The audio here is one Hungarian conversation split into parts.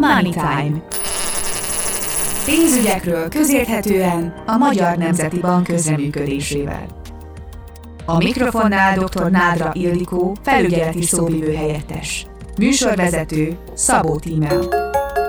Money Time. Pénzügyekről közérthetően a Magyar Nemzeti Bank közreműködésével. A mikrofonnál dr. Nádra Ildikó, felügyeleti szóvivő helyettes. Műsorvezető Szabó Tímea.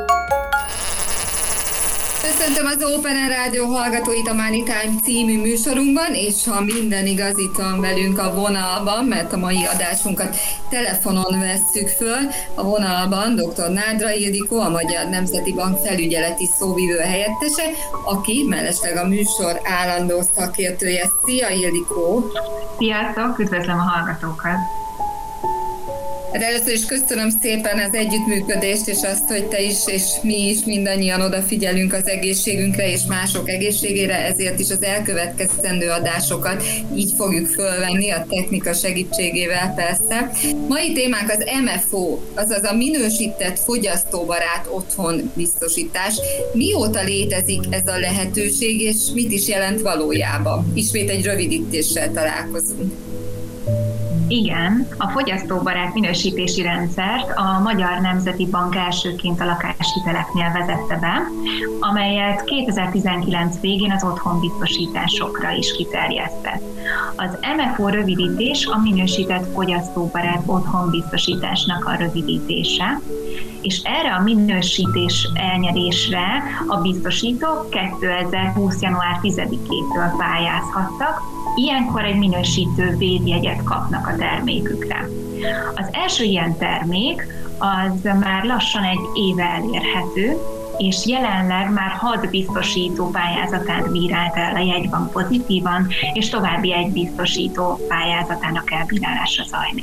Köszöntöm az Open Air Rádió hallgatóit a Money Time című műsorunkban, és ha minden igaz, itt van velünk a vonalban, mert a mai adásunkat telefonon vesszük föl. A vonalban dr. Nádra Ildikó, a Magyar Nemzeti Bank felügyeleti szóvivő helyettese, aki mellesleg a műsor állandó szakértője. Szia, Ildikó! Sziasztok, üdvözlöm a hallgatókat! Hát először is köszönöm szépen az együttműködést, és azt, hogy te is, és mi is mindannyian odafigyelünk az egészségünkre és mások egészségére, ezért is az elkövetkezendő adásokat így fogjuk fölvenni, a technika segítségével persze. Mai témánk az MFO, azaz a minősített fogyasztóbarát otthonbiztosítás. Mióta létezik ez a lehetőség, és mit is jelent valójában? Ismét egy rövidítéssel találkozunk. Igen, a fogyasztóbarát minősítési rendszert a Magyar Nemzeti Bank elsőként a lakáshiteleknél vezette be, amelyet 2019 végén az otthonbiztosításokra is kiterjesztett. Az MFO rövidítés a minősített fogyasztóbarát otthonbiztosításnak a rövidítése, és erre a minősítés elnyerésre a biztosítók 2020. január 10-től pályázhattak. Ilyenkor egy minősítő védjegyet kapnak a termékükre. Az első ilyen termék az már lassan egy éve elérhető, és jelenleg már 6 biztosító pályázatát bírált el a jegybank pozitívan, és további egy biztosító pályázatának elbírálása zajlik.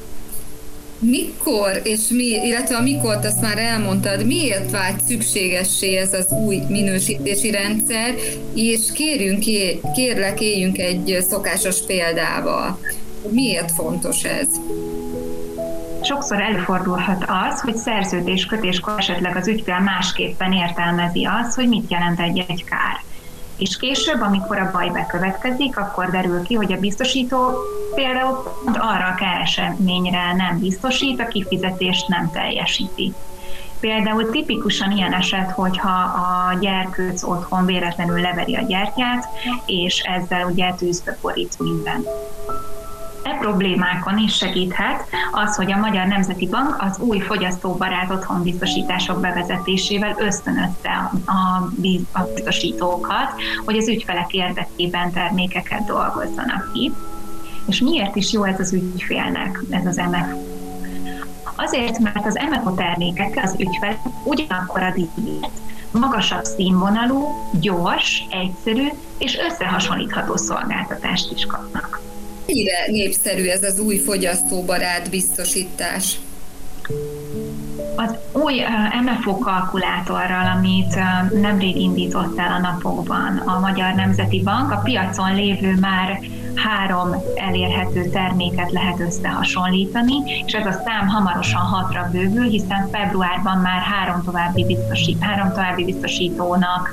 Mikor és mi, illetve a mikort azt már elmondtad, miért vált szükségessé ez az új minősítési rendszer, és kérlek éljünk egy szokásos példával. Miért fontos ez? Sokszor előfordulhat az, hogy szerződéskötéskor esetleg az ügyfél másképpen értelmezi azt, hogy mit jelent egy kár. És később, amikor a baj bekövetkezik, akkor derül ki, hogy a biztosító például arra a káreseményre nem biztosít, a kifizetést nem teljesíti. Például tipikusan ilyen eset, hogyha a gyerkőc otthon véletlenül leveri a gyertyát, és ezzel ugye tűzbe borít mindent. E problémákon is segíthet az, hogy a Magyar Nemzeti Bank az új fogyasztóbarát otthonbiztosítások bevezetésével ösztönözte a biztosítókat, hogy az ügyfelek érdekében termékeket dolgozzanak ki. És miért is jó ez az ügyfélnek, ez az MFO? Azért, mert az MFO termékekkel az ügyfelek ugyanakkor a díjért magasabb színvonalú, gyors, egyszerű és összehasonlítható szolgáltatást is kapnak. Mennyire népszerű ez az új fogyasztóbarát biztosítás? Az új MFO kalkulátorral, amit nemrég indított el a napokban a Magyar Nemzeti Bank, a piacon lévő már 3 elérhető terméket lehet összehasonlítani, és ez a szám hamarosan 6-ra bővül, hiszen februárban már 3 további biztosítónak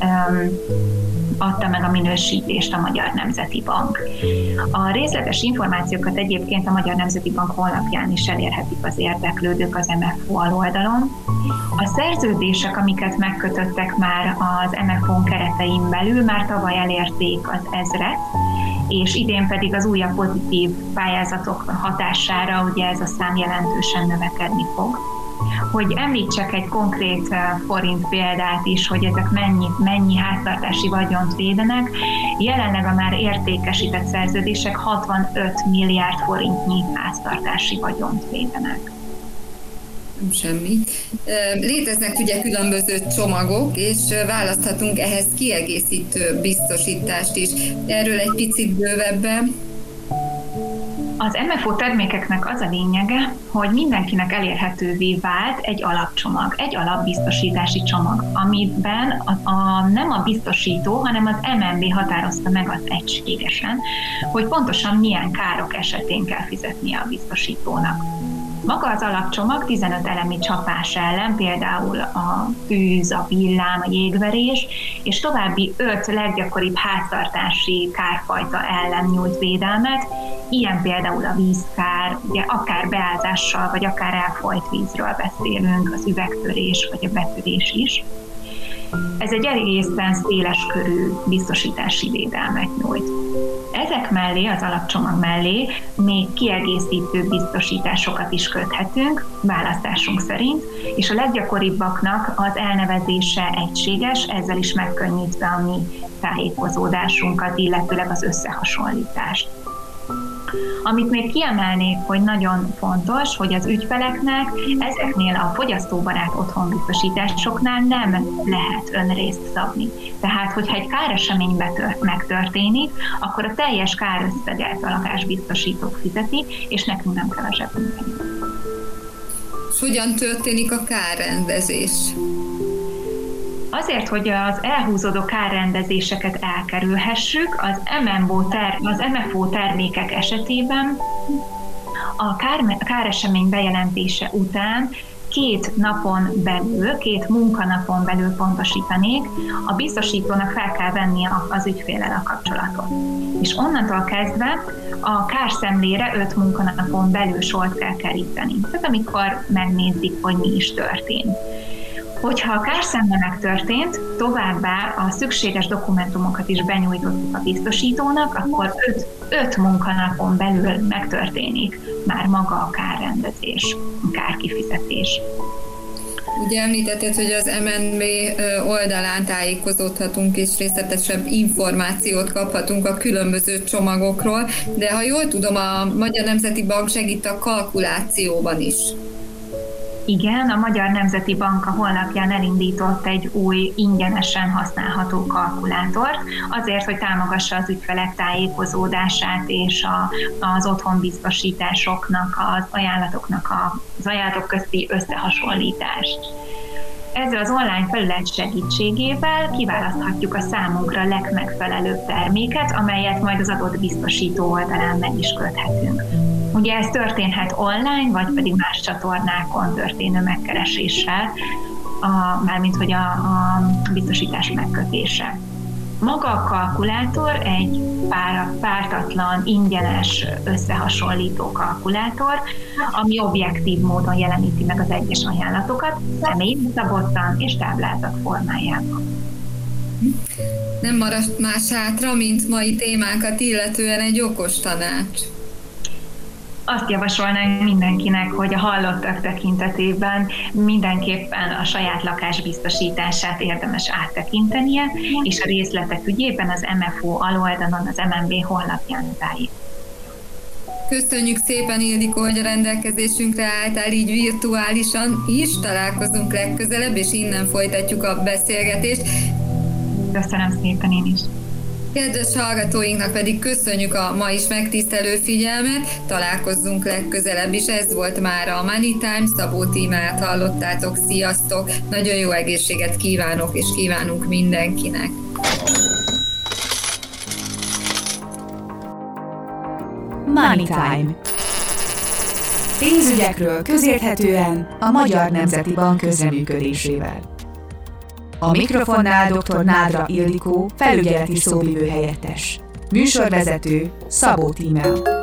adta meg a minősítést a Magyar Nemzeti Bank. A részletes információkat egyébként a Magyar Nemzeti Bank honlapján is elérhetik az érdeklődők az MFO oldalon. A szerződések, amiket megkötöttek már az MFO-n keretein belül, már tavaly elérték az 1000-et, és idén pedig az újabb pozitív pályázatok hatására ugye ez a szám jelentősen növekedni fog. Hogy említsek egy konkrét forint példát is, hogy ezek mennyi háztartási vagyont védenek, jelenleg a már értékesített szerződések 65 milliárd forintnyi háztartási vagyont védenek. Nem semmi. Léteznek ugye különböző csomagok, és választhatunk ehhez kiegészítő biztosítást is. Erről egy picit bővebben. Az MFO termékeknek az a lényege, hogy mindenkinek elérhetővé vált egy alapcsomag, egy alapbiztosítási csomag, amiben nem a biztosító, hanem az MNB határozta meg az egységesen, hogy pontosan milyen károk esetén kell fizetnie a biztosítónak. Maga az alapcsomag 15 elemi csapás ellen, például a tűz, a villám, a jégverés, és további 5 leggyakoribb háztartási kárfajta ellen nyújt védelmet, ilyen például a vízkár, ugye akár beázással, vagy akár elfolyt vízről beszélünk, az üvegtörés, vagy a betörés is. Ez egy egészen széleskörű biztosítási védelmet nyújt. Ezek mellé, az alapcsomag mellé még kiegészítő biztosításokat is köthetünk, választásunk szerint, és a leggyakoribbaknak az elnevezése egységes, ezzel is megkönnyítve a mi tájékozódásunkat, illetőleg az összehasonlítást. Amit még kiemelnék, hogy nagyon fontos, hogy az ügyfeleknek ezeknél a fogyasztóbarát otthonbiztosításoknál nem lehet önrészt szabni. Tehát, hogyha egy káresemény megtörténik, akkor a teljes kárösszeget a lakásbiztosító fizeti, és nekünk nem kell a zsebünkben. És hogyan történik a kárrendezés? Azért, hogy az elhúzódó kárrendezéseket elkerülhessük, az MFO termékek esetében a káresemény bejelentése után 2 napon belül, 2 munkanapon belül pontosítanék, a biztosítónak fel kell vennie az ügyféllel a kapcsolatot. És onnantól kezdve a kárszemlére 5 munkanapon belül sort kell keríteni. Tehát amikor megnézik, hogy mi is történt. Hogyha a kárszemle megtörtént, továbbá a szükséges dokumentumokat is benyújtottuk a biztosítónak, akkor 5 munkanapon belül megtörténik már maga a kárrendezés, a kárkifizetés. Ugye említetted, hogy az MNB oldalán tájékozódhatunk és részletesebb információt kaphatunk a különböző csomagokról, de ha jól tudom, a Magyar Nemzeti Bank segít a kalkulációban is. Igen, a Magyar Nemzeti Bank a honlapján elindított egy új, ingyenesen használható kalkulátort, azért, hogy támogassa az ügyfelek tájékozódását és az otthonbiztosításoknak, az ajánlatok közti összehasonlítást. Ezzel az online felület segítségével kiválaszthatjuk a számunkra legmegfelelőbb terméket, amelyet majd az adott biztosító oldalán meg is köthetünk. Ugye ez történhet online, vagy pedig más csatornákon történő megkereséssel, mármint hogy a biztosítás megkötése. Maga a kalkulátor egy pártatlan, ingyenes összehasonlító kalkulátor, ami objektív módon jeleníti meg az egyes ajánlatokat, személyre szabottan és táblázat formájában. Nem maradt más hátra, mint mai témánkat illetően egy okos tanács. Azt javasolnánk mindenkinek, hogy a hallottak tekintetében mindenképpen a saját lakásbiztosítását érdemes áttekintenie, és a részletek ügyében az MFO aloldalon, az MNB honlapján tájékozódni. Köszönjük szépen, Ildikó, hogy a rendelkezésünkre álltál így virtuálisan is. Találkozunk legközelebb, és innen folytatjuk a beszélgetést. Köszönöm szépen én is. Kedves hallgatóinknak pedig köszönjük a ma is megtisztelő figyelmet, találkozzunk legközelebb is, ez volt már a Money Time, Szabó Tímát hallottátok, sziasztok, nagyon jó egészséget kívánok és kívánunk mindenkinek. Money Time. Pénzügyekről közérthetően a Magyar Nemzeti Bank közreműködésével. A mikrofonnál dr. Nádra Ildikó, felügyeleti szóvivő helyettes. Műsorvezető Szabó Tímea.